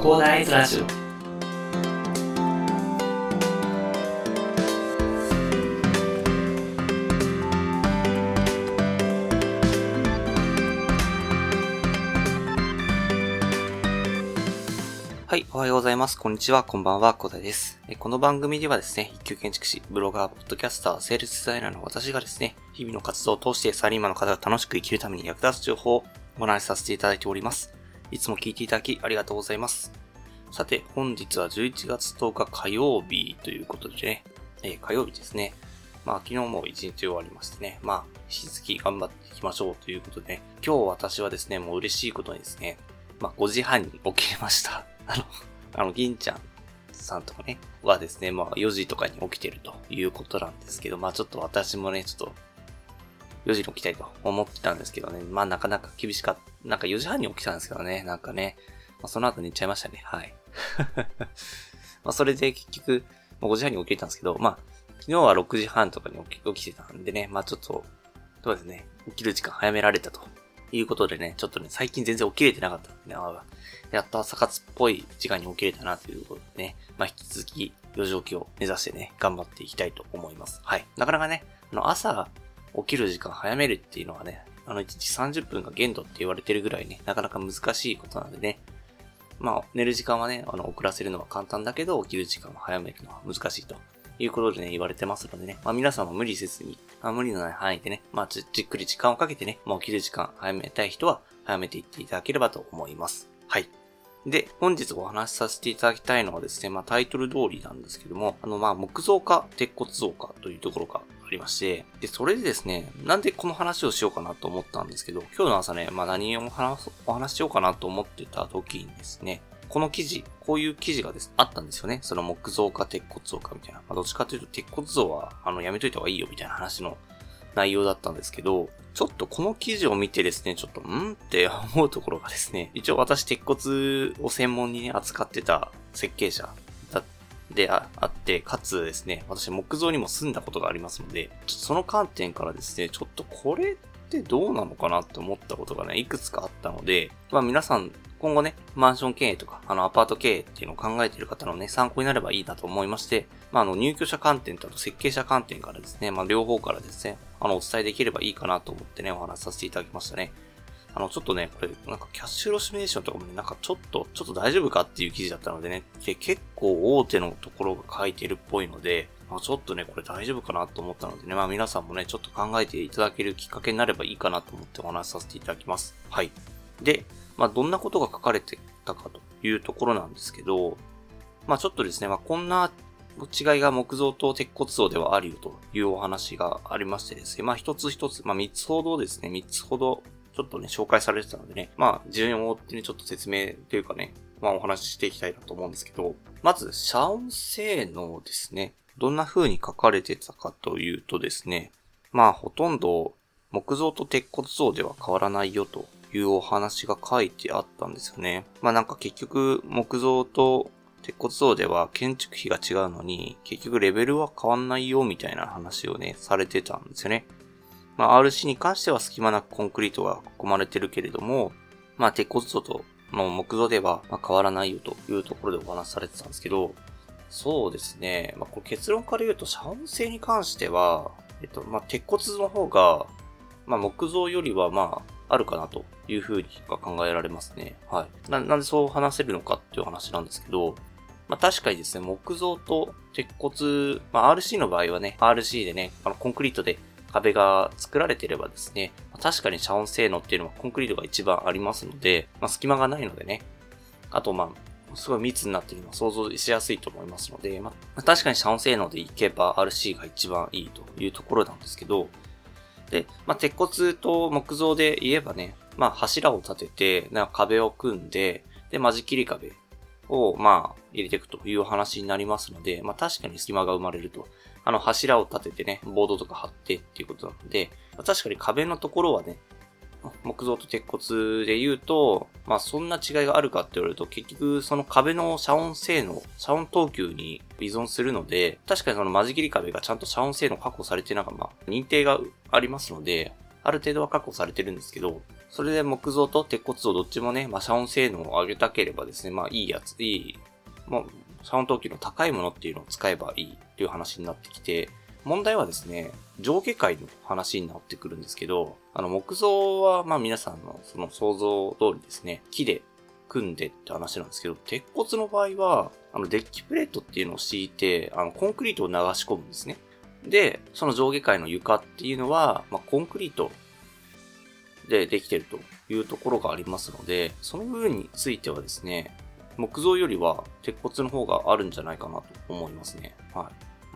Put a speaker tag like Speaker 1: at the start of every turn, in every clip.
Speaker 1: コーダーイズラジオ。はい、おはようございます。こんにちは、こんばんは、コーダです。この番組ではですね、一級建築士、ブロガー、ポッドキャスター、セールスデザイナーの私がですね、日々の活動を通してサラリーマンの方が楽しく生きるために役立つ情報をお話しさせていただいております。いつも聞いていただきありがとうございます。さて、本日は11月10日火曜日ということでね、火曜日ですね。昨日も一日終わりましてね、引き続き頑張っていきましょうということでね、今日私はですね、もう嬉しいことにですね、5時半に起きれました。銀ちゃんさんとかね、はですね、4時とかに起きてるということなんですけど、ちょっと私もね、4時に起きたいと思ってたんですけどね、なかなか厳しかった。4時半に起きたんですけどね、その後寝ちゃいましたね、はい。それで結局、5時半に起きれたんですけど、昨日は6時半とかに起きてたんでね、そうですね、起きる時間早められたということでね、最近全然起きれてなかったんでね、やっと朝活っぽい時間に起きれたなということでね、引き続き4時起きを目指してね、頑張っていきたいと思います。はい。なかなかね、朝起きる時間早めるっていうのはね、1日30分が限度って言われてるぐらいね、なかなか難しいことなんでね、寝る時間はね、遅らせるのは簡単だけど、起きる時間を早めるのは難しいということでね、言われてますのでね、皆さんも無理せずに、無理のない範囲でね、じっくり時間をかけてね、起きる時間早めたい人は早めていっていただければと思います。はい。で、本日お話しさせていただきたいのはですね、タイトル通りなんですけども、木造か鉄骨造かというところがありまして、で、それでですね、なんでこの話をしようかなと思ったんですけど、今日の朝ね、何をお話ししようかなと思ってた時にですね、こういう記事があったんですよね。その木造か鉄骨造かみたいな。どっちかというと鉄骨造は、やめといた方がいいよみたいな話の内容だったんですけど、ちょっとこの記事を見てですね、って思うところがですね、一応私鉄骨を専門にね、扱ってた設計者であって、かつですね、私木造にも住んだことがありますので、その観点からですね、ちょっとこれってどうなのかなって思ったことがね、いくつかあったので、皆さん、今後ね、マンション経営とか、アパート経営っていうのを考えている方のね、参考になればいいなと思いまして、入居者観点と設計者観点からですね、両方からですね、お伝えできればいいかなと思ってね、お話しさせていただきましたね。ちょっとね、これ、キャッシュロシミュレーションとかもね、ちょっと大丈夫かっていう記事だったのでね、結構大手のところが書いてるっぽいので、ちょっとね、これ大丈夫かなと思ったのでね、皆さんもね、ちょっと考えていただけるきっかけになればいいかなと思ってお話しさせていただきます。はい。で、どんなことが書かれてたかというところなんですけど、ちょっとですね、こんな違いが木造と鉄骨造ではあるよというお話がありましてですね、一つ一つ、3つほどですね、3つほどちょっとね、紹介されてたのでね、順を追ってね、ちょっと説明というかね、お話ししていきたいなと思うんですけど、まず、遮音性能ですね。どんな風に書かれてたかというとですね、ほとんど木造と鉄骨造では変わらないよというお話が書いてあったんですよね。結局、木造と鉄骨造では建築費が違うのに、結局レベルは変わんないよみたいな話をね、されてたんですよね。RC に関しては隙間なくコンクリートが囲まれてるけれども、鉄骨造と木造では変わらないよというところでお話しされてたんですけど、そうですね。これ結論から言うと、遮音性に関しては、鉄骨の方が、木造よりはあるかなというふうに考えられますね。はい。なんでそう話せるのかっていう話なんですけど、確かにですね、木造と鉄骨、RC の場合はね、RC でね、コンクリートで壁が作られていればですね、確かに遮音性能っていうのはコンクリートが一番ありますので、隙間がないのでね、あとすごい密になっているのは想像しやすいと思いますので、確かに遮音性能でいけば RC が一番いいというところなんですけど、で、鉄骨と木造で言えばね、柱を立てて、壁を組んで、で、間仕切り壁を、入れていくという話になりますので、確かに隙間が生まれると。柱を立ててね、ボードとか貼ってっていうことなので、確かに壁のところはね、木造と鉄骨で言うと、そんな違いがあるかって言われると、結局その壁の遮音性能、遮音等級に依存するので、確かにその間仕切り壁がちゃんと遮音性能確保されて認定がありますので、ある程度は確保されてるんですけど、 それで木造と鉄骨をどっちもね、遮音性能を上げたければですね、いいやつ、遮音等級の高いものっていうのを使えばいいっていう話になってきて、問題はですね、上下階の話になってくるんですけど、木造は皆さんのその想像通りですね、木で組んでって話なんですけど、鉄骨の場合は、デッキプレートっていうのを敷いて、コンクリートを流し込むんですね。で、その上下階の床っていうのは、コンクリートでできてるというところがありますので、その部分についてはですね、木造よりは鉄骨の方があるんじゃないかなと思いますね。はい。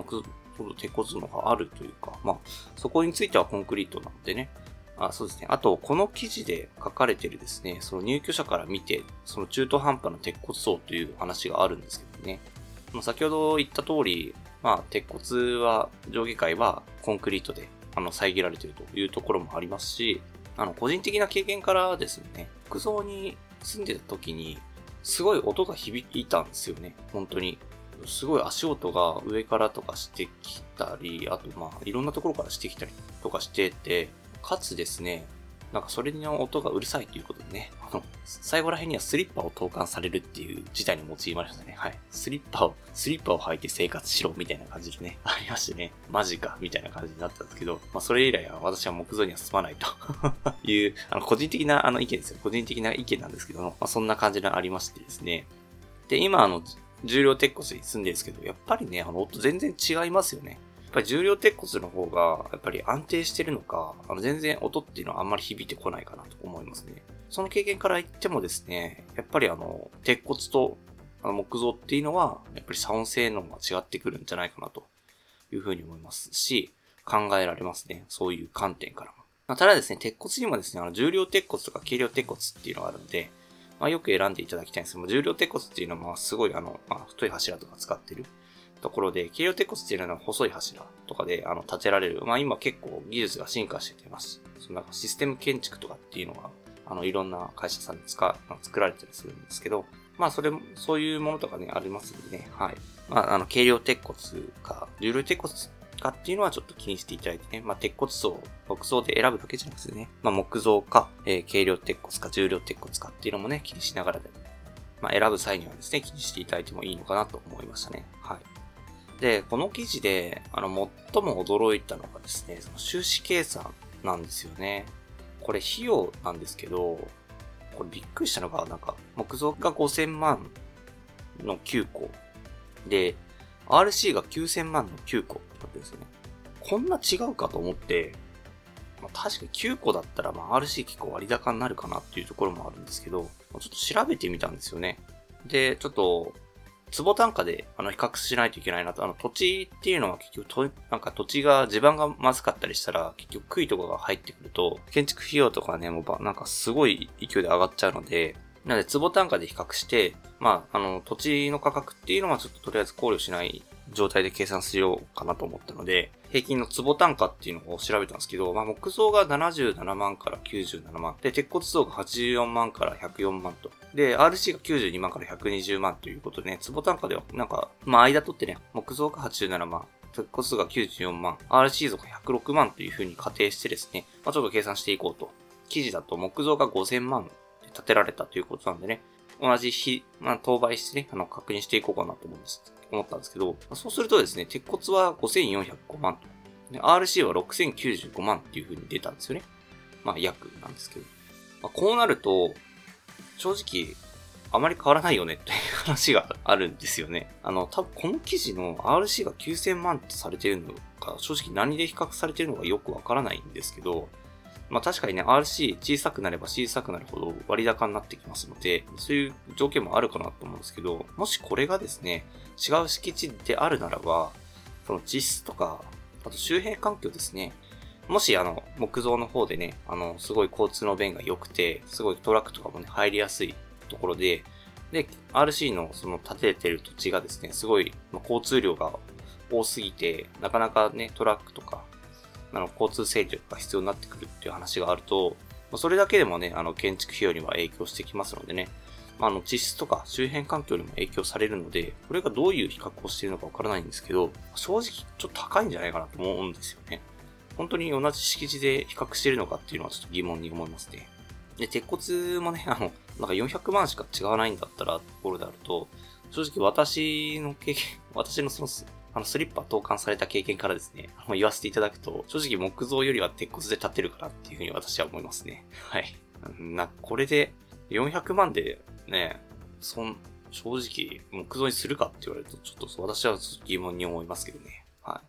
Speaker 1: 鉄骨の方があるというか、そこについてはコンクリートなんでね。そうですね。あと、この記事で書かれてるですね、その入居者から見て、その中途半端な鉄骨層という話があるんですけどね。先ほど言った通り、鉄骨は、上下階はコンクリートで、遮られているというところもありますし、個人的な経験からですね、木造に住んでた時に、すごい音が響いたんですよね。本当に。すごい足音が上からとかしてきたり、あといろんなところからしてきたりとかしてて、かつですね、それの音がうるさいということでね、最後ら辺にはスリッパを投函されるっていう事態に陥りましたね。はい。スリッパを履いて生活しろみたいな感じでね、ありましてね、マジかみたいな感じになったんですけど、それ以来は私は木造には住まないという、個人的な意見ですよ。個人的な意見なんですけども、そんな感じがありましてですね。で、今重量鉄骨に住んでるんですけど、やっぱりね、音全然違いますよね。やっぱり重量鉄骨の方が、やっぱり安定してるのか、全然音っていうのはあんまり響いてこないかなと思いますね。その経験から言ってもですね、やっぱり鉄骨と木造っていうのは、やっぱり遮音性能が違ってくるんじゃないかなというふうに思いますし、考えられますね。そういう観点からも。ただですね、鉄骨にもですね、重量鉄骨とか軽量鉄骨っていうのがあるので、よく選んでいただきたいんですけども、重量鉄骨っていうのはすごい太い柱とか使ってるところで、軽量鉄骨っていうのは細い柱とかで建てられる。今結構技術が進化しています。システム建築とかっていうのが、いろんな会社さんで作られたりするんですけど、そういうものとかね、ありますんでね、はい。軽量鉄骨か、重量鉄骨かっていうのはちょっと気にしていただいてね、鉄骨層、木造で選ぶだけじゃなくてね、木造か、軽量鉄骨か、重量鉄骨かっていうのもね、気にしながらで、選ぶ際にはですね、気にしていただいてもいいのかなと思いましたね。はい。で、この記事で、最も驚いたのがですね、その収支計算なんですよね。これ費用なんですけど、これびっくりしたのが、木造が5000万の9個で、RC が9000万の9個ってことですよね。こんな違うかと思って、確かに9個だったらRC 結構割高になるかなっていうところもあるんですけど、ちょっと調べてみたんですよね。で、ちょっと、坪単価で比較しないといけないなと。土地っていうのは結局土地が地盤がまずかったりしたら、結局杭とかが入ってくると、建築費用とかね、もうすごい勢いで上がっちゃうので、なので坪単価で比較して、土地の価格っていうのはちょっととりあえず考慮しない状態で計算しようかなと思ったので、平均の坪単価っていうのを調べたんですけど、木造が77万から97万。で、鉄骨造が84万から104万と。で、RC が92万から120万ということでね、坪単価では間取ってね、木造が87万。鉄骨造が94万。RC 造が106万という風に仮定してですね、ちょっと計算していこうと。記事だと木造が5000万で建てられたということなんでね、同じ日、当倍してね、確認していこうかなと思ったんですけど、そうするとですね、鉄骨は5405万と。で、RC は6095万っていう風に出たんですよね。約なんですけど。こうなると、正直、あまり変わらないよねっていう話があるんですよね。多分この記事の RC が9000万とされているのか、正直何で比較されているのかよくわからないんですけど、確かにね、RC 小さくなれば小さくなるほど割高になってきますので、そういう条件もあるかなと思うんですけど、もしこれがですね、違う敷地であるならば、その実質とか、あと周辺環境ですね。もし木造の方でね、すごい交通の便が良くて、すごいトラックとかもね、入りやすいところで、RC のその建ててる土地がですね、すごい交通量が多すぎて、なかなかね、トラックとか、交通整理とか必要になってくるっていう話があると、それだけでもね、建築費用には影響してきますのでね、地質とか周辺環境にも影響されるので、これがどういう比較をしているのかわからないんですけど、正直ちょっと高いんじゃないかなと思うんですよね。本当に同じ敷地で比較しているのかっていうのはちょっと疑問に思いますね。 で、鉄骨もね、なんか400万しか違わないんだったら、ところであると、正直私の経験、私のその、スリッパ投函された経験からですね、言わせていただくと、正直木造よりは鉄骨で立てるかなっていうふうに私は思いますね。はい。これで、400万でね、正直、木造にするかって言われると、ちょっと私は疑問に思いますけどね。はい。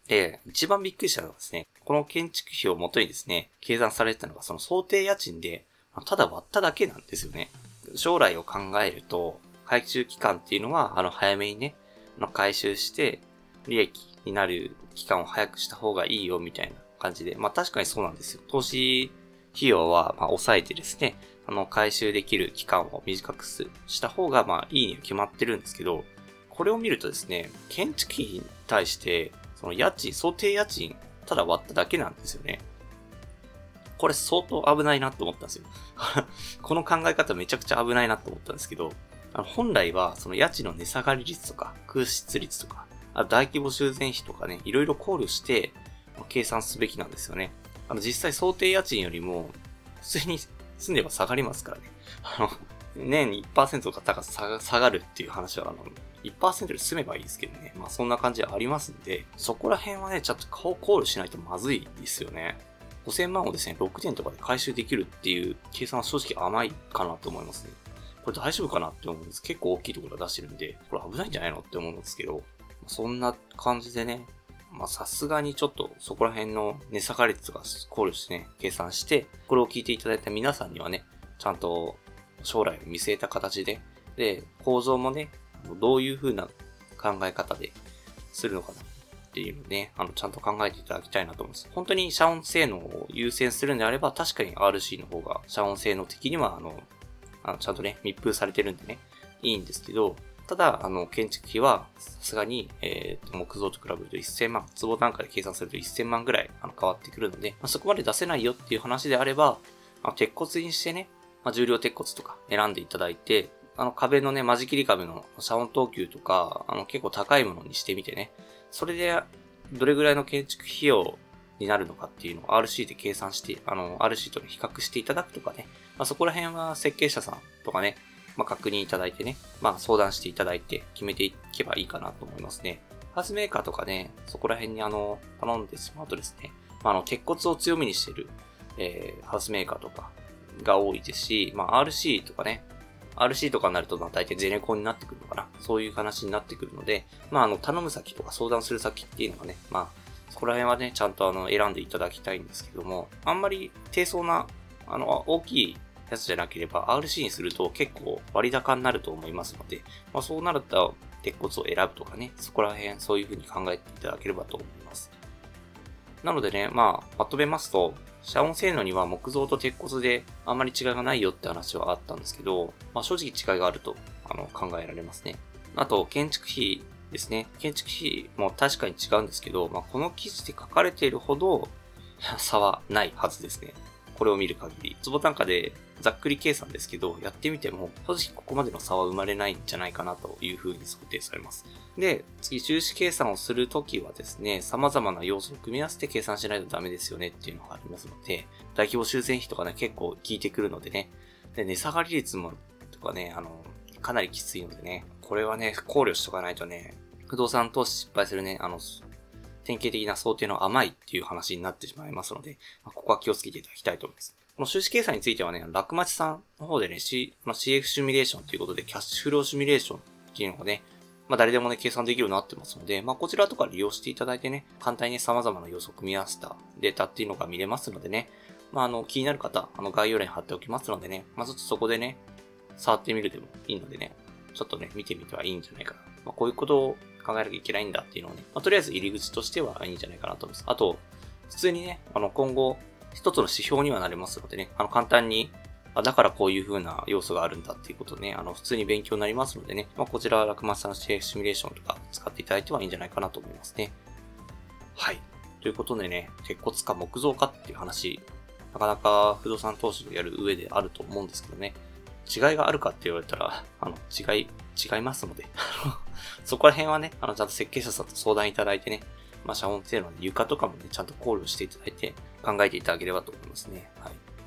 Speaker 1: で、一番びっくりしたのはですね、この建築費をもとにですね、計算されてたのが、その想定家賃で、ただ割っただけなんですよね。将来を考えると、回収期間っていうのは、早めにね、回収して、利益になる期間を早くした方がいいよ、みたいな感じで。まあ確かにそうなんですよ。投資費用は、抑えてですね、回収できる期間を短くした方が、いいには決まってるんですけど、これを見るとですね、建築費に対して、その想定家賃、ただ割っただけなんですよね。これ相当危ないなと思ったんですよ。この考え方めちゃくちゃ危ないなと思ったんですけど、本来はその家賃の値下がり率とか空室率とか、大規模修繕費とかね、いろいろ考慮して計算すべきなんですよね。実際想定家賃よりも普通に住んでば下がりますからね。年に 1% とか高さ下がるっていう話は1% で済めばいいですけどね。そんな感じはありますんで、そこら辺はね、ちょっと考慮しないとまずいですよね。5000万をですね、6年とかで回収できるっていう計算は正直甘いかなと思いますね。これ大丈夫かなって思うんです。結構大きいところ出してるんで、これ危ないんじゃないのって思うんですけど、そんな感じでね、さすがにちょっとそこら辺の値下が率とか考慮してね、計算して、これを聞いていただいた皆さんにはね、ちゃんと将来を見据えた形で、構造もね、どういう風な考え方でするのかなっていうのをね、ちゃんと考えていただきたいなと思います。本当に遮音性能を優先するんであれば、確かに RC の方が遮音性能的には、ちゃんとね、密封されてるんでね、いいんですけど、ただ、建築費は、さすがに、木造と比べると1000万、坪単価で計算すると1000万ぐらい、変わってくるので、そこまで出せないよっていう話であれば、鉄骨にしてね、重量鉄骨とか選んでいただいて、壁のね、間仕切り壁の遮音等級とか、結構高いものにしてみてね、それで、どれぐらいの建築費用になるのかっていうのを RC で計算して、RC と比較していただくとかね、そこら辺は設計者さんとかね、確認いただいてね、相談していただいて決めていけばいいかなと思いますね。ハウスメーカーとかね、そこら辺に頼んでしまうとですね、鉄骨を強みにしてる、ハウスメーカーとかが多いですし、RC とかね、RC とかになると大体ゼネコンになってくるのかな。そういう話になってくるので、頼む先とか相談する先っていうのがね、そこら辺はね、ちゃんと選んでいただきたいんですけども、あんまり低層な、大きいやつじゃなければ RC にすると結構割高になると思いますので、そうなると鉄骨を選ぶとかね、そこら辺そういう風に考えていただければと思います。なのでね、まとめますと、遮音性能には木造と鉄骨であんまり違いがないよって話はあったんですけど、正直違いがあると考えられますね。あと、建築費ですね。建築費も確かに違うんですけど、この記事で書かれているほど差はないはずですね。これを見る限り。坪単価でざっくり計算ですけど、やってみても正直ここまでの差は生まれないんじゃないかなというふうに想定されます。で、次、収支計算をするときはですね、様々な要素を組み合わせて計算しないとダメですよねっていうのがありますので、大規模修繕費とかね、結構効いてくるのでね、で、値下がり率もとかね、かなりきついのでね、これはね、考慮しとかないとね、不動産投資失敗するね、典型的な想定の甘いっていう話になってしまいますので、ここは気をつけていただきたいと思います。この収支計算についてはね、楽町さんの方でね、CF シミュレーションということで、キャッシュフローシミュレーションっていうのがね、誰でもね、計算できるようになってますので、こちらとか利用していただいてね、簡単にね、様々な要素を組み合わせたデータっていうのが見れますのでね、気になる方、概要欄に貼っておきますのでね、ちょっとそこでね、触ってみるでもいいのでね、ちょっとね、見てみてはいいんじゃないかな。こういうことを考えなきゃいけないんだっていうのをね、とりあえず入り口としてはいいんじゃないかなと思います。あと、普通にね、今後、一つの指標にはなりますのでね、簡単に、だからこういう風な要素があるんだっていうことね、普通に勉強になりますのでね、こちら、楽松さんの CF シミュレーションとか使っていただいてはいいんじゃないかなと思いますね。はい。ということでね、鉄骨か木造かっていう話、なかなか不動産投資をやる上であると思うんですけどね、違いがあるかって言われたら、違いますので、そこら辺はね、ちゃんと設計者さんと相談いただいてね、遮音性能の床とかもね、ちゃんと考慮していただいて考えていただければと思いますね。はい。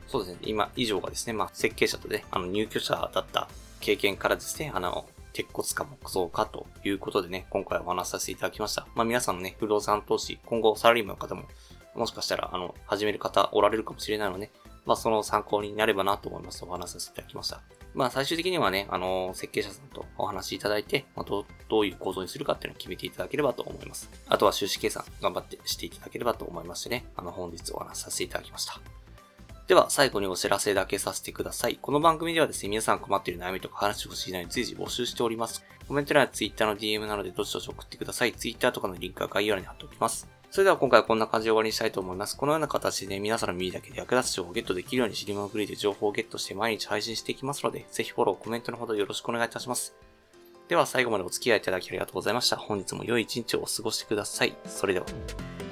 Speaker 1: そうですね、今以上がですね、設計者とね、入居者だった経験からですね、鉄骨化木造化ということでね、今回お話しさせていただきました。皆さんのね、不動産投資、今後サラリーマンの方も、もしかしたら、始める方おられるかもしれないので、その参考になればなと思いますとお話しさせていただきました。最終的にはね、設計者さんとお話しいただいて、どういう構造にするかっていうのを決めていただければと思います。あとは収支計算頑張ってしていただければと思いましてね、本日お話しさせていただきました。では、最後にお知らせだけさせてください。この番組ではですね、皆さん困っている悩みとか話してほしい内容に随時募集しております。コメント欄や Twitter の DM なのでどしどし送ってください。Twitter とかのリンクは概要欄に貼っておきます。それでは今回はこんな感じで終わりにしたいと思います。このような形で皆さんの耳だけで役立つ情報をゲットできるように知り物グリーで情報をゲットして毎日配信していきますので、ぜひフォロー、コメントのほどよろしくお願いいたします。では最後までお付き合いいただきありがとうございました。本日も良い一日をお過ごしください。それでは。